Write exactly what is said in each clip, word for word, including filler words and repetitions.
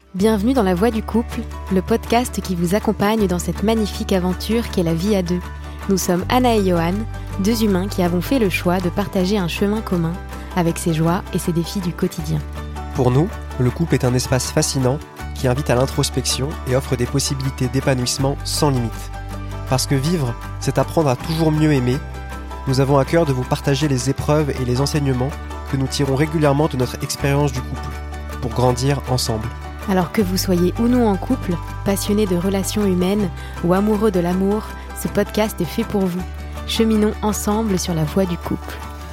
Bienvenue dans La Voix du couple, le podcast qui vous accompagne dans cette magnifique aventure qu'est la vie à deux. Nous sommes Anna et Johan, deux humains qui avons fait le choix de partager un chemin commun avec ses joies et ses défis du quotidien. Pour nous, le couple est un espace fascinant qui invite à l'introspection et offre des possibilités d'épanouissement sans limite. Parce que vivre, c'est apprendre à toujours mieux aimer, nous avons à cœur de vous partager les épreuves et les enseignements que nous tirons régulièrement de notre expérience du couple, pour grandir ensemble. Alors que vous soyez ou non en couple, passionné de relations humaines ou amoureux de l'amour, ce podcast est fait pour vous. Cheminons ensemble sur la voie du couple.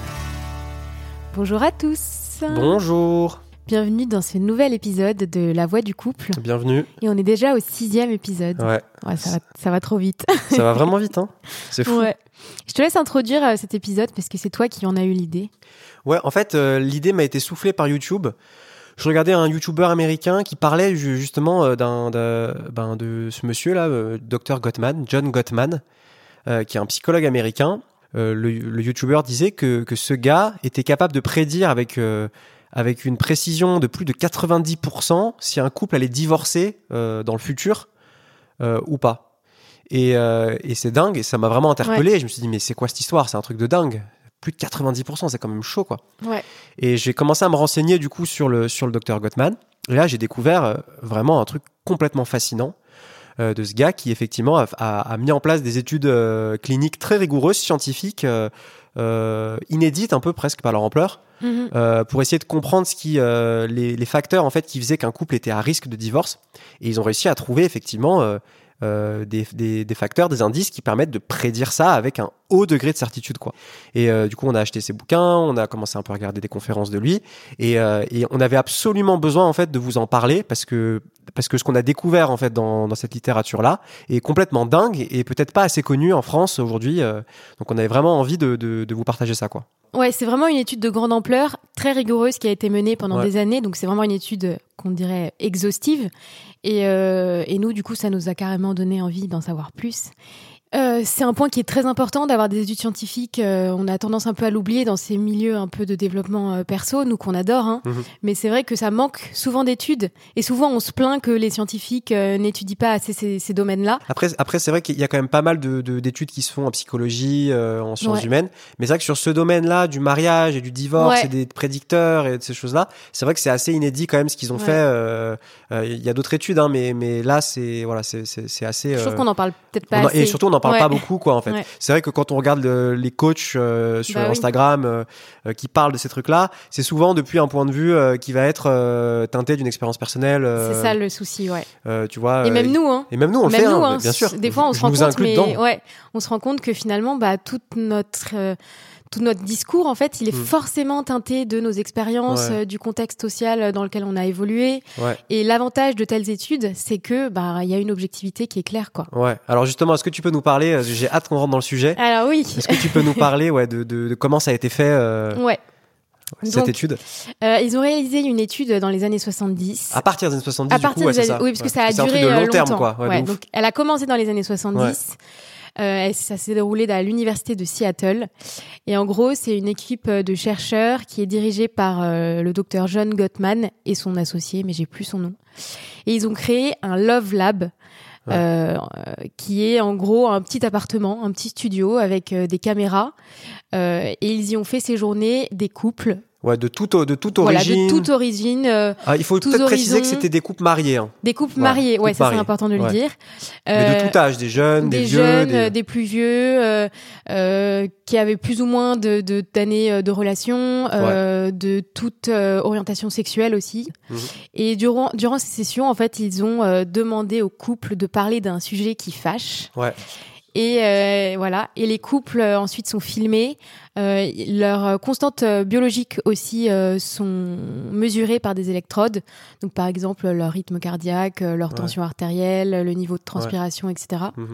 Bonjour à tous. Bonjour. Bienvenue dans ce nouvel épisode de La Voix du couple. Bienvenue. Et on est déjà au sixième épisode. Ouais. Ouais, ça va, ça va trop vite. Ça va vraiment vite, hein. C'est fou. Ouais. Je te laisse introduire euh, cet épisode parce que c'est toi qui en as eu l'idée. Ouais, en fait, euh, l'idée m'a été soufflée par YouTube. Je regardais un YouTuber américain qui parlait justement euh, d'un, d'un, ben, de ce monsieur-là, euh, docteur Gottman, John Gottman, euh, qui est un psychologue américain. Euh, le, le YouTuber disait que, que ce gars était capable de prédire avec... Euh, avec une précision de plus de quatre-vingt-dix pour cent si un couple allait divorcer euh, dans le futur euh, ou pas. Et, euh, et c'est dingue, et ça m'a vraiment interpellé. Ouais. Je me suis dit, mais c'est quoi cette histoire ? C'est un truc de dingue. Plus de quatre-vingt-dix pour cent, c'est quand même chaud, quoi. Ouais. Et j'ai commencé à me renseigner du coup sur le, sur le docteur Gottman. Et là, j'ai découvert euh, vraiment un truc complètement fascinant euh, de ce gars qui, effectivement, a, a, a mis en place des études euh, cliniques très rigoureuses, scientifiques, euh, euh, inédites un peu presque par leur ampleur. Mmh. Euh, pour essayer de comprendre ce qui, euh, les, les facteurs en fait qui faisaient qu'un couple était à risque de divorce, et ils ont réussi à trouver effectivement euh, euh, des, des, des facteurs, des indices qui permettent de prédire ça avec un haut degré de certitude, quoi. Et euh, du coup on a acheté ses bouquins, on a commencé un peu à regarder des conférences de lui, et, euh, et on avait absolument besoin en fait de vous en parler parce que parce que ce qu'on a découvert en fait dans, dans cette littérature là est complètement dingue et peut-être pas assez connu en France aujourd'hui, euh, donc on avait vraiment envie de, de, de vous partager ça, quoi. Ouais, c'est vraiment une étude de grande ampleur, très rigoureuse, qui a été menée pendant ouais. des années. Donc, c'est vraiment une étude qu'on dirait exhaustive. Et, euh, et nous, du coup, ça nous a carrément donné envie d'en savoir plus. Euh, c'est un point qui est très important d'avoir des études scientifiques. Euh, on a tendance un peu à l'oublier dans ces milieux un peu de développement euh, perso, nous qu'on adore. Hein. Mmh. Mais c'est vrai que ça manque souvent d'études. Et souvent, on se plaint que les scientifiques euh, n'étudient pas assez ces, ces domaines-là. Après, après, c'est vrai qu'il y a quand même pas mal de, de, d'études qui se font en psychologie, euh, en sciences ouais. humaines. Mais c'est vrai que sur ce domaine-là, du mariage et du divorce ouais. et des prédicteurs et de ces choses-là, c'est vrai que c'est assez inédit quand même ce qu'ils ont ouais. fait. Il euh, euh, y a d'autres études, hein, mais, mais là, c'est, voilà, c'est, c'est, c'est assez... Euh... Je trouve qu'on en parle peut-être pas on, assez. Et surtout, on n'en parle ouais. pas beaucoup, quoi, en fait. Ouais. C'est vrai que quand on regarde le, les coachs euh, sur bah Instagram oui. euh, qui parlent de ces trucs-là, c'est souvent depuis un point de vue euh, qui va être euh, teinté d'une expérience personnelle. Euh, c'est ça le souci, ouais. Euh, tu vois. Et même nous, hein. Et même nous, on même le fait, nous, hein, hein, bien sûr. Des fois, on je, se rend je compte, mais dedans. ouais, on se rend compte que finalement, bah, toute notre euh, tout notre discours, en fait, il est mmh. forcément teinté de nos expériences, ouais. euh, du contexte social dans lequel on a évolué. Ouais. Et l'avantage de telles études, c'est que bah il y a une objectivité qui est claire, quoi. Ouais. Alors justement, est-ce que tu peux nous parler, j'ai hâte qu'on rentre dans le sujet. Alors oui. Est-ce que tu peux nous parler, ouais, de, de, de comment ça a été fait euh, ouais. cette Donc, étude euh, ils ont réalisé une étude dans les années soixante-dix. À partir des années soixante-dix, à du partir coup, ouais, des c'est années... ça. Oui, parce que ouais. ça a c'est duré un truc de long longtemps. terme, quoi. Ouais, ouais, donc, elle a commencé dans les années soixante-dix. Ouais. Euh, ça s'est déroulé à l'université de Seattle. Et en gros, c'est une équipe de chercheurs qui est dirigée par euh, le docteur John Gottman et son associé, mais j'ai plus son nom. Et ils ont créé un Love Lab, ouais. euh, qui est en gros un petit appartement, un petit studio avec euh, des caméras. Euh, et ils y ont fait séjourner des couples. Ouais, de toute, de toute origine. Voilà, de toute origine. Euh, ah, il faut peut-être horizons. préciser que c'était des couples mariés. Hein. Des couples ouais, mariés, ouais, ça mariés. C'est important de le ouais. dire. Mais euh, de tout âge, des jeunes, des, des vieux. Jeunes, des... des plus vieux, euh, euh, qui avaient plus ou moins de, de, d'années de relation, euh, ouais. de toute euh, orientation sexuelle aussi. Mmh. Et durant, durant ces sessions, en fait, ils ont euh, demandé aux couples de parler d'un sujet qui fâche. Ouais. Et euh, voilà. Et les couples euh, ensuite sont filmés. Euh, leurs constantes euh, biologiques aussi euh, sont mesurées par des électrodes. Donc par exemple leur rythme cardiaque, leur ouais. tension artérielle, le niveau de transpiration, ouais. et cetera. Mmh.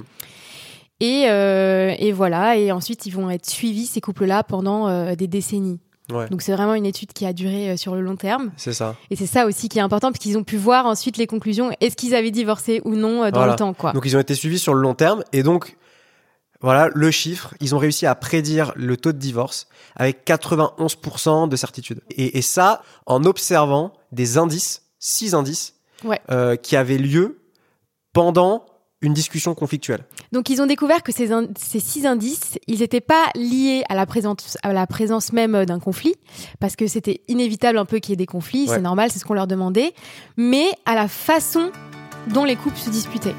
Et, euh, et voilà. Et ensuite ils vont être suivis ces couples-là pendant euh, des décennies. Ouais. Donc c'est vraiment une étude qui a duré euh, sur le long terme. C'est ça. Et c'est ça aussi qui est important parce qu'ils ont pu voir ensuite les conclusions. Est-ce qu'ils avaient divorcé ou non euh, dans voilà. le temps, quoi. Donc ils ont été suivis sur le long terme et donc voilà le chiffre. Ils ont réussi à prédire le taux de divorce avec quatre-vingt-onze pour cent de certitude. Et, et ça en observant des indices, six indices ouais. euh, qui avait lieu pendant une discussion conflictuelle. Donc, ils ont découvert que ces, in- ces six indices, ils n'étaient pas liés à la, présence, à la présence même d'un conflit, parce que c'était inévitable un peu qu'il y ait des conflits, Ouais. c'est normal, c'est ce qu'on leur demandait, mais à la façon dont les couples se disputaient.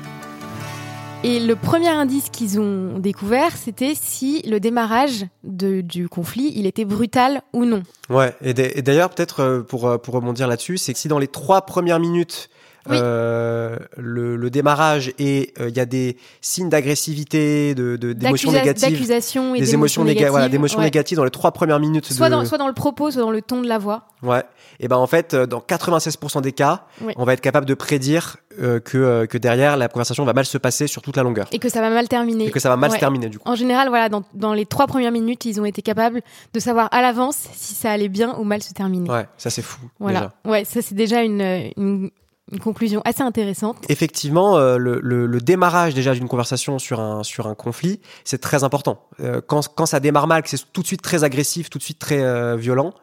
Et le premier indice qu'ils ont découvert, c'était si le démarrage de, du conflit, il était brutal ou non. Ouais, et, d- et d'ailleurs, peut-être euh, pour, euh, pour rebondir là-dessus, c'est que si dans les trois premières minutes, Oui. euh, le, le démarrage et il euh, y a des signes d'agressivité, de, de, d'émotions D'accusa- négatives, D'accusation et des d'émotions émotions, néga- négatives. voilà, d'émotions Ouais. négatives dans les trois premières minutes. Soit, de... dans, soit dans le propos, soit dans le ton de la voix. Ouais. Et ben en fait, euh, dans quatre-vingt-seize pour cent des cas, Oui. on va être capable de prédire euh, que, euh, que derrière, la conversation va mal se passer sur toute la longueur. Et que ça va mal terminer. Et que ça va mal Ouais. se terminer, du coup. En général, voilà, dans, dans les trois premières minutes, ils ont été capables de savoir à l'avance si ça allait bien ou mal se terminer. Ouais, ça c'est fou. Voilà. Déjà. Ouais, ça c'est déjà une, une, une conclusion assez intéressante. Effectivement, euh, le, le, le démarrage déjà d'une conversation sur un, sur un conflit, c'est très important. Euh, quand, quand ça démarre mal, que c'est tout de suite très agressif, tout de suite très euh, violent,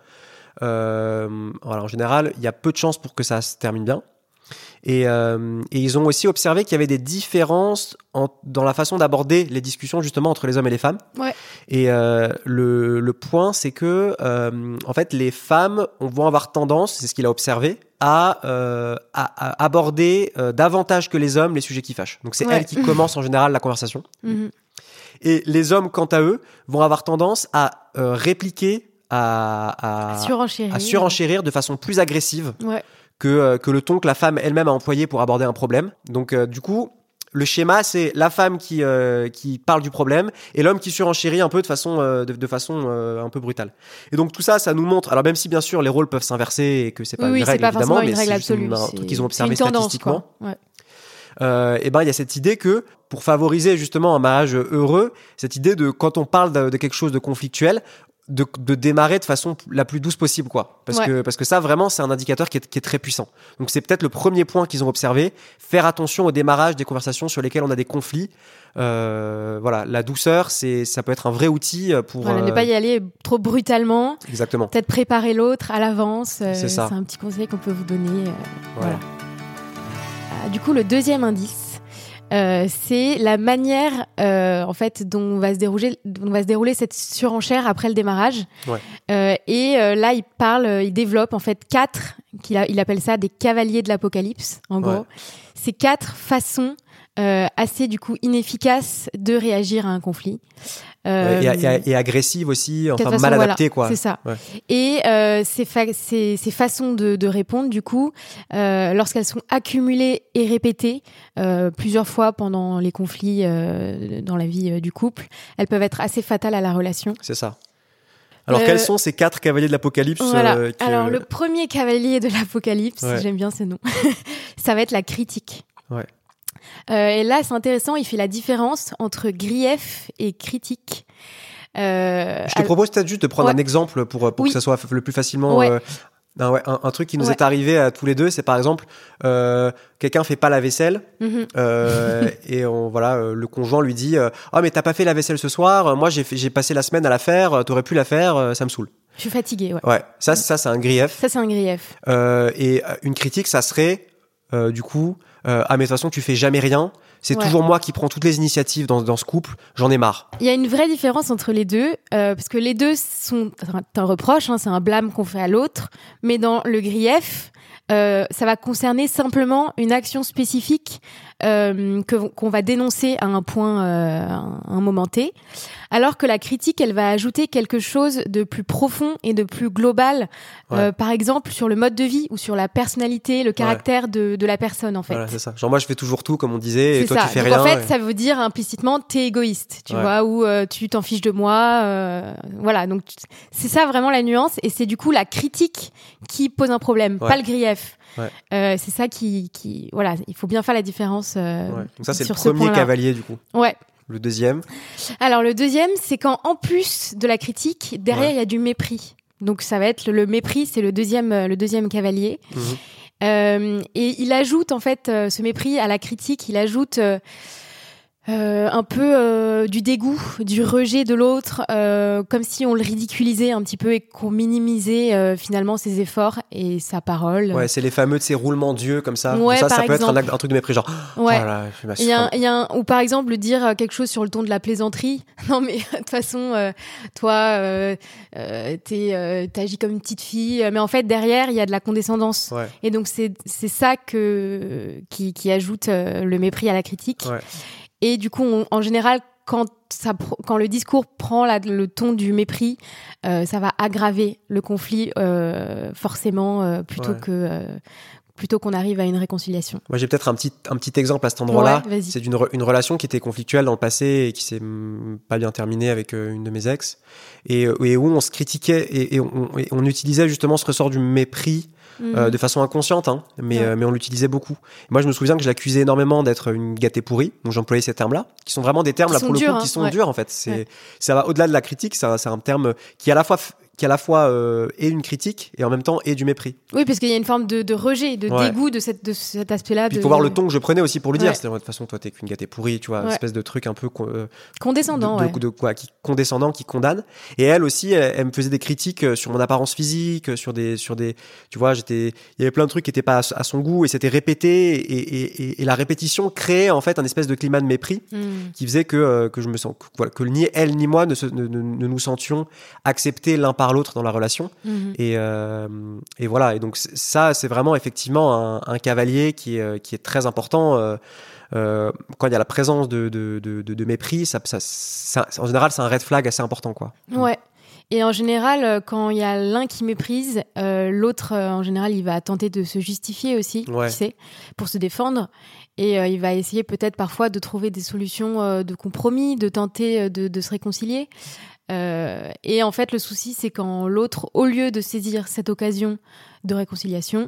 euh, voilà, en général, il y a peu de chances pour que ça se termine bien. Et, euh, et ils ont aussi observé qu'il y avait des différences en, dans la façon d'aborder les discussions justement entre les hommes et les femmes. Ouais. Et euh, le, le point, c'est que euh, en fait, les femmes vont avoir tendance, c'est ce qu'il a observé, à, euh, à, à aborder euh, davantage que les hommes les sujets qui fâchent. Donc c'est Ouais. elles qui commencent en général la conversation. Mhm. Et les hommes, quant à eux, vont avoir tendance à euh, répliquer, à, à, Surenchérir. à surenchérir de façon plus agressive Ouais. que, euh, que le ton que la femme elle-même a employé pour aborder un problème. Donc euh, du coup, le schéma, c'est la femme qui, euh, qui parle du problème et l'homme qui surenchérit un peu de façon, euh, de, de façon euh, un peu brutale. Et donc tout ça, ça nous montre, alors même si bien sûr les rôles peuvent s'inverser et que c'est pas Oui, une oui, c'est règle pas évidemment, forcément mais une règle c'est juste absolue. un c'est- truc qu'ils ont c'est observé une tendance, statistiquement. quoi. Ouais. Euh, et ben il y a cette idée que pour favoriser justement un mariage heureux, cette idée de quand on parle de, de quelque chose de conflictuel, de, de démarrer de façon la plus douce possible, quoi. Parce Ouais. que parce que ça vraiment c'est un indicateur qui est, qui est très puissant. Donc c'est peut-être le premier point qu'ils ont observé, faire attention au démarrage des conversations sur lesquelles on a des conflits. Euh, voilà, la douceur, c'est ça peut être un vrai outil pour Voilà, ne euh, pas y aller trop brutalement. exactement. Peut-être préparer l'autre à l'avance. euh, C'est ça. C'est un petit conseil qu'on peut vous donner. euh, Voilà. voilà. Ah, du coup, le deuxième indice, euh, c'est la manière, euh, en fait, dont va se dérouler, dont va se dérouler cette surenchère après le démarrage. Ouais. Euh, et euh, là, il parle, euh, il développe en fait quatre, qu'il a, il appelle ça des cavaliers de l'apocalypse, en gros. Ouais. C'est quatre façons euh, assez du coup inefficaces de réagir à un conflit. Euh, et, et, et agressive aussi, enfin façon, mal voilà, adaptée, quoi. C'est ça. Ouais. Et euh, ces, fa- ces, ces façons de, de répondre, du coup, euh, lorsqu'elles sont accumulées et répétées euh, plusieurs fois pendant les conflits euh, dans la vie euh, du couple, elles peuvent être assez fatales à la relation. C'est ça. Alors Euh, quels sont ces quatre cavaliers de l'apocalypse Voilà. euh, que- Alors, le premier cavalier de l'apocalypse, Ouais. j'aime bien ce nom, ça va être la critique. Ouais. Euh, et là, c'est intéressant, il fait la différence entre grief et critique. Euh, Je te alors- propose peut-être juste de prendre Ouais. un exemple pour, pour Oui. que ça soit f- le plus facilement. Ouais. euh, un, ouais, un, un truc qui nous Ouais. est arrivé à tous les deux, c'est par exemple euh, quelqu'un fait pas la vaisselle Mhm. euh, et on, voilà, euh, le conjoint lui dit euh, ah mais t'as pas fait la vaisselle ce soir, euh, moi j'ai fait- j'ai passé la semaine à la faire, euh, t'aurais pu la faire, euh, ça me saoule. Je suis fatiguée, ouais. Ouais, ça ça c'est un grief. Ça, c'est un grief. Euh, et euh, une critique, ça serait euh, du coup euh, ah mais de toute façon tu fais jamais rien. C'est Ouais. toujours moi qui prends toutes les initiatives dans, dans ce couple. J'en ai marre. Il y a une vraie différence entre les deux, euh, parce que les deux sont un reproche, hein, c'est un blâme qu'on fait à l'autre, mais dans le grief, euh, ça va concerner simplement une action spécifique euh, que, qu'on va dénoncer à un point, euh, à un moment T, alors que la critique, elle va ajouter quelque chose de plus profond et de plus global, Ouais. euh, par exemple sur le mode de vie ou sur la personnalité, le caractère de, de la personne en fait. Voilà, c'est ça. Genre moi je fais toujours tout comme on disait et C'est toi ça. tu fais Donc, rien. en fait, et- ça veut dire implicitement t'es égoïste, tu Ouais. vois, ou euh, tu t'en fiches de moi. euh, voilà, donc tu- c'est ça vraiment la nuance, et c'est du coup la critique qui pose un problème, Ouais. pas le grief. Ouais. Euh, c'est ça qui, qui, voilà, il faut bien faire la différence. euh, Ouais. Donc ça c'est le sur ce premier point-là. cavalier du coup. Ouais. Le deuxième. Alors le deuxième, c'est quand en plus de la critique, derrière il Ouais. y a du mépris. Donc ça va être le, le mépris, c'est le deuxième, euh, le deuxième cavalier. Mhm. Euh, et il ajoute en fait euh, ce mépris à la critique, il ajoute euh, euh, un peu euh, du dégoût, du rejet de l'autre, euh, comme si on le ridiculisait un petit peu et qu'on minimisait euh, finalement ses efforts et sa parole. Ouais, c'est les fameux de ces roulements d'yeux comme ça. Ouais, ça, par ça peut exemple. être un, un truc de mépris, genre. Ouais. Oh là, je Il y a, un, il y a un, ou par exemple dire quelque chose sur le ton de la plaisanterie. Non mais de toute façon, euh, toi, euh, euh, t'es, euh, t'agis comme une petite fille, mais en fait derrière il y a de la condescendance. Ouais. Et donc c'est c'est ça que qui, qui ajoute euh, le mépris à la critique. Ouais. Et du coup, on, en général, quand ça, quand le discours prend la, le ton du mépris, euh, ça va aggraver le conflit euh, forcément euh, plutôt ouais. que euh, plutôt qu'on arrive à une réconciliation. Moi, j'ai peut-être un petit, un petit exemple à cet endroit-là. Ouais, vas-y. C'est d'une re- une relation qui était conflictuelle dans le passé et qui s'est mm, pas bien terminée avec euh, une de mes ex. Et, et où on se critiquait et, et, on, et on utilisait justement ce ressort du mépris mmh. euh, de façon inconsciente, hein, mais, ouais. euh, mais on l'utilisait beaucoup. Et moi, je me souviens que je l'accusais énormément d'être une gâtée pourrie. Donc, j'employais ces termes-là, qui sont vraiment des termes, qui là, sont pour durs, le coup, hein, qui sont ouais. durs, en fait. C'est, ouais. Ça va au-delà de la critique. C'est un, c'est un terme qui, à la fois, qui à la fois euh, est une critique et en même temps est du mépris. Oui, parce qu'il y a une forme de, de rejet, de ouais. dégoût de, cette, de cet aspect-là. Puis il de... faut voir le ton que je prenais aussi pour le dire. Ouais. C'est-à-dire, de toute façon, toi, t'es qu'une gâtée pourrie, tu vois, ouais. une espèce de truc un peu euh, condescendant, de, de, ouais. de, de quoi, qui condescendant, qui condamne. Et elle aussi, elle, elle me faisait des critiques sur mon apparence physique, sur des, sur des, tu vois, j'étais, il y avait plein de trucs qui étaient pas à, à son goût et c'était répété et, et, et, et la répétition créait en fait un espèce de climat de mépris mmh. qui faisait que euh, que je me sens, que, voilà, que ni elle ni moi ne, se, ne, ne, ne nous sentions acceptés l'un par l'autre dans la relation. Mmh. Et, euh, et voilà. Et donc ça, c'est vraiment effectivement un, un cavalier qui est, qui est très important. Euh, euh, quand il y a la présence de, de, de, de, de mépris, ça, ça, ça, en général, c'est un red flag assez important, quoi. Ouais. Et en général, quand il y a l'un qui méprise, euh, l'autre, euh, en général, il va tenter de se justifier aussi, ouais. tu sais, pour se défendre. Et euh, il va essayer peut-être parfois de trouver des solutions euh, de compromis, de tenter de, de se réconcilier. Euh, et en fait, le souci, c'est quand l'autre, au lieu de saisir cette occasion de réconciliation,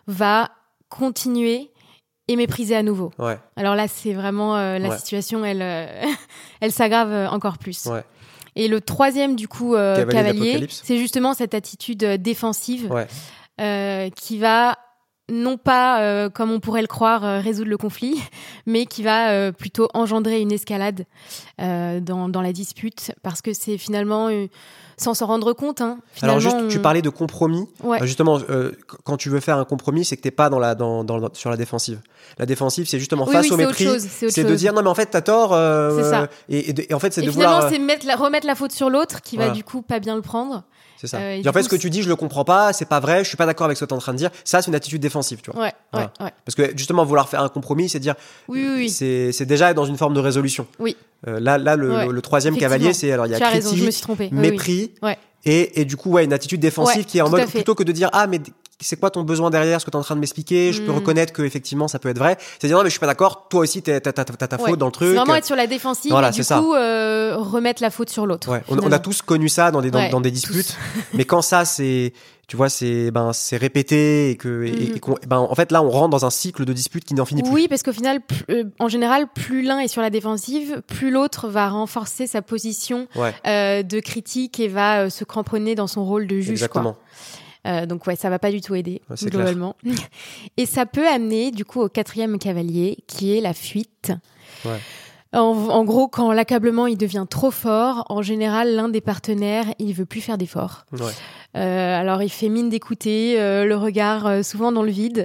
va continuer et mépriser à nouveau. Ouais. Alors là, c'est vraiment euh, la ouais. situation, elle, euh, elle s'aggrave encore plus. Ouais. Et le troisième, du coup, euh, cavalier, cavalier c'est justement cette attitude défensive ouais. euh, qui va non pas, euh, comme on pourrait le croire, euh, résoudre le conflit, mais qui va euh, plutôt engendrer une escalade euh, dans, dans la dispute, parce que c'est finalement, euh, sans s'en rendre compte, hein, alors juste, on... tu parlais de compromis. Ouais. Euh, justement, euh, quand tu veux faire un compromis, c'est que t'es pas dans la, dans, dans, sur la défensive. La défensive, c'est justement oui, face oui, au mépris, autre chose, c'est, autre c'est chose. de dire non mais en fait t'as tort. Euh, c'est ça. Et, et, et en fait c'est et de finalement, vouloir. c'est mettre la, remettre la faute sur l'autre qui voilà. va du coup pas bien le prendre. C'est ça. Euh, et en fait, coup, ce que tu dis, je le comprends pas, c'est pas vrai, je suis pas d'accord avec ce que tu es en train de dire. Ça, c'est une attitude défensive, tu vois. Ouais, voilà. ouais, ouais. Parce que justement, vouloir faire un compromis, c'est dire. Oui, oui, oui. C'est, c'est déjà être dans une forme de résolution. Oui. Euh, là, là, le, ouais. le, le troisième cavalier, c'est alors il y a tu as critique, raison, je me suis trompée. mépris, oui, oui. Ouais. et, et du coup, ouais, une attitude défensive ouais, qui est en mode plutôt que de dire ah mais c'est quoi ton besoin derrière, ce que tu es en train de m'expliquer, je mmh. peux reconnaître que effectivement ça peut être vrai. C'est dire non mais je suis pas d'accord, toi aussi t'as ta ta faute ouais. dans le truc. C'est vraiment être sur la défensive voilà, et du c'est coup euh, remettre la faute sur l'autre. Ouais. On, on a tous connu ça dans des dans, ouais, dans des disputes, mais quand ça c'est tu vois c'est ben c'est répété et que mmh. et, et qu'on, ben en fait là on rentre dans un cycle de disputes qui n'en finit plus. Oui, parce qu'au final plus, euh, en général plus l'un est sur la défensive, plus l'autre va renforcer sa position ouais. euh, de critique et va euh, se cramponner dans son rôle de juge. Exactement. Quoi. Euh, donc ouais, ça va pas du tout aider ouais, globalement. Et ça peut amener du coup au quatrième cavalier qui est la fuite. Ouais. En, en gros, quand l'accablement il devient trop fort, en général l'un des partenaires il veut plus faire d'efforts. Ouais. Euh, alors il fait mine d'écouter, euh, le regard euh, souvent dans le vide,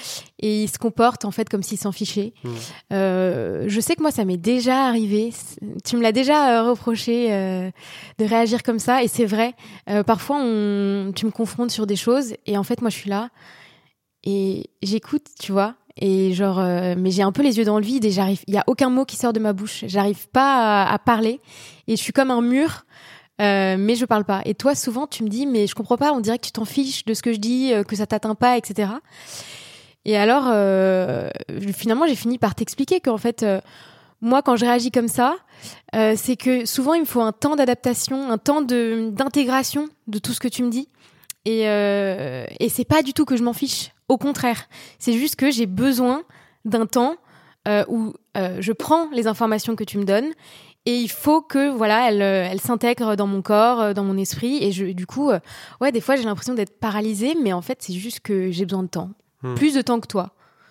et il se comporte en fait comme s'il s'en fichait. Mmh. Euh, je sais que moi ça m'est déjà arrivé. Tu me l'as déjà euh, reproché euh, de réagir comme ça, et c'est vrai. Euh, parfois on, tu me confrontes sur des choses, et en fait moi je suis là et j'écoute, tu vois. Et genre, euh, mais j'ai un peu les yeux dans le vide et j'arrive. Il y a aucun mot qui sort de ma bouche. J'arrive pas à, à parler et je suis comme un mur. Euh, mais je parle pas. Et toi, souvent, tu me dis, mais je comprends pas. On dirait que tu t'en fiches de ce que je dis, euh, que ça t'atteint pas, et cetera. Et alors, euh, finalement, j'ai fini par t'expliquer qu'en fait, euh, moi, quand je réagis comme ça, euh, c'est que souvent, il me faut un temps d'adaptation, un temps de d'intégration de tout ce que tu me dis. Et, euh, et c'est pas du tout que je m'en fiche. Au contraire, c'est juste que j'ai besoin d'un temps euh, où euh, je prends les informations que tu me donnes et il faut que voilà, elles, elles s'intègrent dans mon corps, dans mon esprit. Et je, du coup, euh, ouais, des fois j'ai l'impression d'être paralysée, mais en fait c'est juste que j'ai besoin de temps, hmm. plus de temps que toi.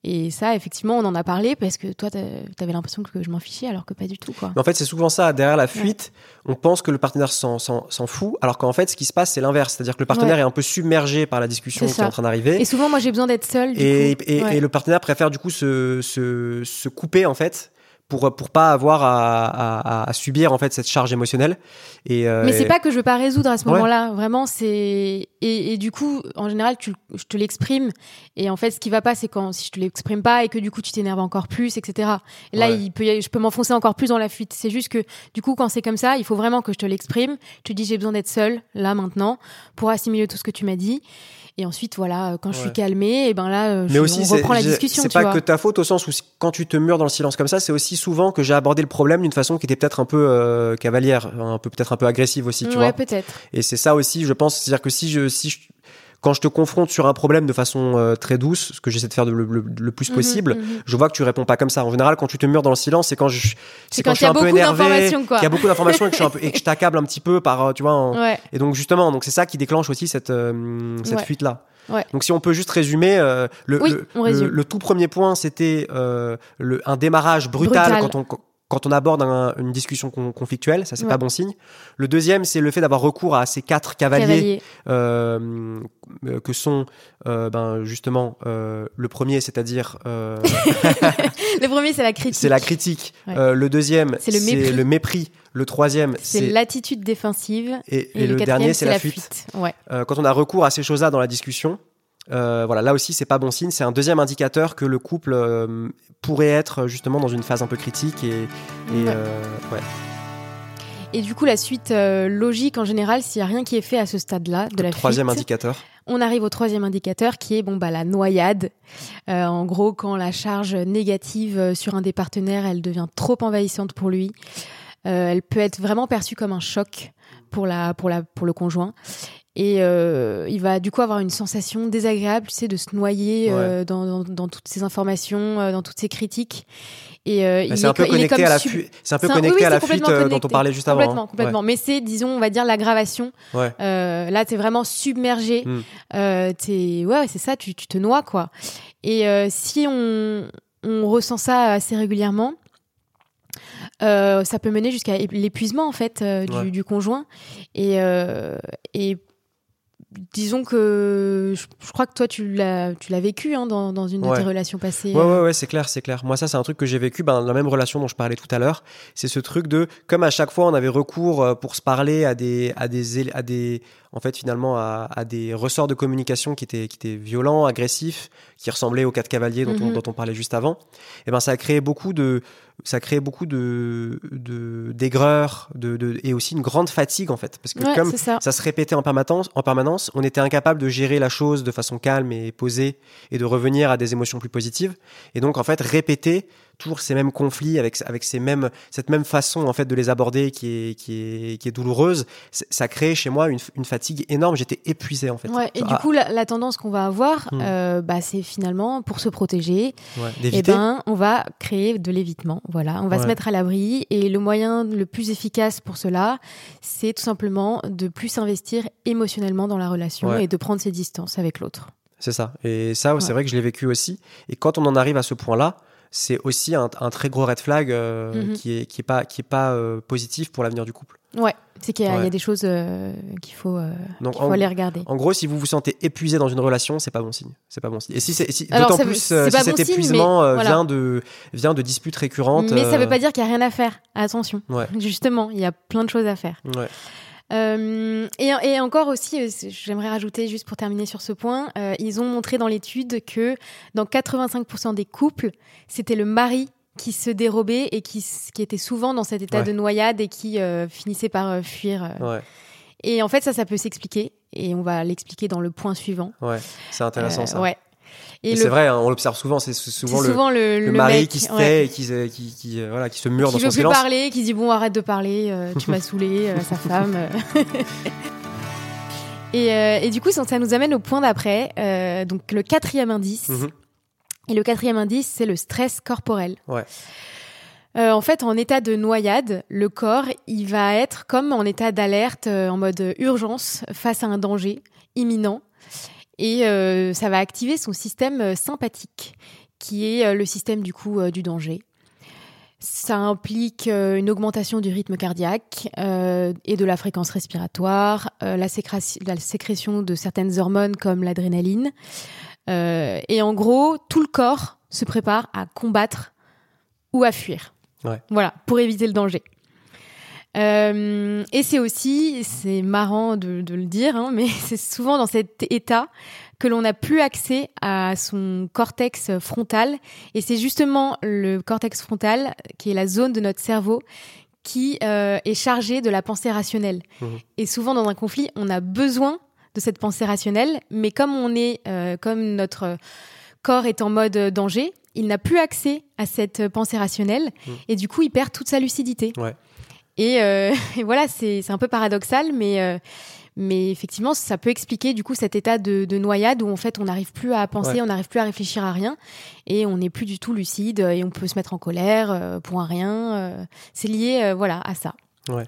Et ça, effectivement, on en a parlé parce que toi, t'avais l'impression que je m'en fichais, alors que pas du tout, quoi. Mais en fait, c'est souvent ça. Derrière la fuite, ouais. on pense que le partenaire s'en, s'en, s'en fout, alors qu'en fait, ce qui se passe, c'est l'inverse. C'est-à-dire que le partenaire ouais. est un peu submergé par la discussion qui est en train d'arriver. Et souvent, moi, j'ai besoin d'être seule. Et, et, ouais. et le partenaire préfère du coup se, se, se couper, en fait, pour pour pas avoir à, à, à subir en fait cette charge émotionnelle. Et euh, mais c'est pas que je veux pas résoudre à ce ouais. moment-là, vraiment c'est et, et du coup en général tu je te l'exprime et en fait ce qui va pas c'est quand si je te l'exprime pas et que du coup tu t'énerves encore plus, et cetera. Et là ouais. il peut je peux m'enfoncer encore plus dans la fuite. C'est juste que du coup quand c'est comme ça il faut vraiment que je te l'exprime. Je te dis j'ai besoin d'être seule là maintenant pour assimiler tout ce que tu m'as dit. Et ensuite, voilà, quand ouais. je suis calmée, et ben là, je, mais aussi, on reprend la discussion. C'est tu pas vois. que ta faute au sens où quand tu te mures dans le silence comme ça, c'est aussi souvent que j'ai abordé le problème d'une façon qui était peut-être un peu euh, cavalière, un peu peut-être un peu agressive aussi, tu ouais, vois. Ouais, peut-être. Et c'est ça aussi, je pense, c'est-à-dire que si je, si je, quand je te confronte sur un problème de façon euh, très douce, ce que j'essaie de faire de le, le, le plus possible, mmh, mmh. je vois que tu réponds pas comme ça. En général, quand tu te mures dans le silence, c'est quand je, c'est, c'est quand, quand je suis un peu énervé, qu'il y a beaucoup d'informations et que je suis un peu, et que je t'accable un petit peu par, tu vois. En, ouais. Et donc justement, donc c'est ça qui déclenche aussi cette, euh, cette ouais. fuite-là. Ouais. Donc si on peut juste résumer, euh, le, oui, le, on le, le tout premier point, c'était euh, le, un démarrage brutal, brutal. quand on quand on aborde un, une discussion con, conflictuelle, ça c'est ouais. pas bon signe. Le deuxième, c'est le fait d'avoir recours à ces quatre cavaliers, cavaliers. Euh, que sont euh, ben justement euh, le premier, c'est-à-dire euh... le premier, c'est la critique. C'est la critique. Ouais. Euh, le deuxième, c'est le mépris. C'est le mépris. Le troisième, c'est, c'est l'attitude défensive. Et, et, et le, le dernier, c'est, c'est la fuite. fuite. Ouais. Euh, quand on a recours à ces choses-là dans la discussion, euh, voilà, là aussi, c'est pas bon signe. C'est un deuxième indicateur que le couple euh, pourrait être justement dans une phase un peu critique. Et, et, ouais. Euh, ouais. et du coup, la suite euh, logique, en général, s'il n'y a rien qui est fait à ce stade-là de le la fuite. Troisième indicateur. On arrive au troisième indicateur qui est bon, bah, la noyade. Euh, en gros, quand la charge négative sur un des partenaires, elle devient trop envahissante pour lui. Euh, elle peut être vraiment perçue comme un choc pour, la, pour, la, pour le conjoint. Et euh, il va du coup avoir une sensation désagréable, tu sais, de se noyer ouais. euh, dans, dans, dans toutes ces informations, euh, dans toutes ces critiques. Et euh, il c'est, est, un peu connecté à la fu- c'est un peu c'est connecté un, oui, oui, à la fuite euh, dont on parlait juste complètement, avant. Complètement, ouais. Mais c'est, disons, on va dire l'aggravation. Ouais. Euh, là, t'es vraiment submergé. Mm. Euh, t'es, ouais, c'est ça, tu, tu te noies, quoi. Et euh, si on, on ressent ça assez régulièrement, euh, ça peut mener jusqu'à l'épuisement, en fait, euh, du, ouais. du conjoint. Et, euh, et disons que je, je crois que toi tu l'as tu l'as vécu hein, dans dans une de ouais. tes relations passées. Ouais ouais ouais, c'est clair, c'est clair. Moi ça c'est un truc que j'ai vécu ben la même relation dont je parlais tout à l'heure, c'est ce truc de comme à chaque fois on avait recours pour se parler à des à des à des en fait finalement à, à des ressorts de communication qui étaient qui étaient violents, agressifs, qui ressemblaient aux quatre cavaliers dont, mm-hmm. on, dont on parlait juste avant. Et ben ça a créé beaucoup de ça crée beaucoup de, de d'aigreur, de, de et aussi une grande fatigue en fait, parce que ouais, comme ça. ça se répétait en permanence, en permanence, on était incapable de gérer la chose de façon calme et posée et de revenir à des émotions plus positives. Et donc en fait répéter toujours ces mêmes conflits avec avec ces mêmes cette même façon en fait de les aborder qui est qui est qui est douloureuse, ça crée chez moi une une fatigue énorme. J'étais épuisé en fait. Ouais, et ah. du coup la, la tendance qu'on va avoir, hmm. euh, bah c'est finalement pour se protéger. Ouais, et ben on va créer de l'évitement. Voilà, on va ouais. se mettre à l'abri et le moyen le plus efficace pour cela, c'est tout simplement de plus s'investir émotionnellement dans la relation ouais. et de prendre ses distances avec l'autre. C'est ça. Et ça, ouais. c'est vrai que je l'ai vécu aussi. Et quand on en arrive à ce point-là, c'est aussi un, un très gros red flag euh, mm-hmm. qui est qui est pas qui est pas euh, positif pour l'avenir du couple. Ouais, c'est qu'il y a, ouais. il y a des choses euh, qu'il faut euh, Donc, qu'il faut en, aller regarder. En gros, si vous vous sentez épuisé dans une relation, c'est pas bon signe. C'est pas bon signe. Et si c'est si, Alors, d'autant ça, plus c'est si bon cet signe, épuisement euh, voilà. vient de vient de disputes récurrentes. Mais euh... ça veut pas dire qu'il y a rien à faire. Attention. Ouais. Justement, il y a plein de choses à faire. Ouais. Euh, et, et encore aussi, j'aimerais rajouter juste pour terminer sur ce point, euh, ils ont montré dans l'étude que dans quatre-vingt-cinq pour cent des couples, c'était le mari qui se dérobait et qui, qui était souvent dans cet état ouais. de noyade et qui euh, finissait par euh, fuir. Euh. Ouais. Et en fait, ça, ça peut s'expliquer et on va l'expliquer dans le point suivant. Ouais, c'est intéressant euh, ça. Ouais. Et, et le... c'est vrai, hein, on l'observe souvent, c'est souvent, c'est le, souvent le, le, le mari mec, qui se tait ouais. et qui, qui, qui, euh, voilà, qui se mure qui dans son silence. Qui veut plus parler, qui dit bon, arrête de parler, euh, tu m'as saoulé, euh, sa femme. et, euh, et du coup, ça, ça nous amène au point d'après, euh, donc le quatrième indice. Mm-hmm. Et le quatrième indice, c'est le stress corporel. Ouais. Euh, en fait, en état de noyade, le corps, il va être comme en état d'alerte, euh, en mode urgence, face à un danger imminent. Et euh, ça va activer son système sympathique, qui est euh, le système du coup euh, du danger. Ça implique euh, une augmentation du rythme cardiaque euh, et de la fréquence respiratoire, euh, la, sécra- la sécrétion de certaines hormones comme l'adrénaline. Euh, et en gros, tout le corps se prépare à combattre ou à fuir. Ouais. Voilà, pour éviter le danger. Euh, et c'est aussi, c'est marrant de, de le dire, hein, mais c'est souvent dans cet état que l'on n'a plus accès à son cortex frontal. Et c'est justement le cortex frontal, qui est la zone de notre cerveau, qui euh, est chargée de la pensée rationnelle. Mmh. Et souvent, dans un conflit, on a besoin de cette pensée rationnelle, mais comme on est, euh, comme notre corps est en mode danger, il n'a plus accès à cette pensée rationnelle, mmh. et du coup, il perd toute sa lucidité. Ouais. Et, euh, et voilà, c'est, c'est un peu paradoxal, mais, euh, mais effectivement, ça peut expliquer du coup cet état de, de noyade où en fait, on n'arrive plus à penser, ouais. on n'arrive plus à réfléchir à rien, et on n'est plus du tout lucide, et on peut se mettre en colère euh, pour un rien. Euh, c'est lié, euh, voilà, à ça. Ouais.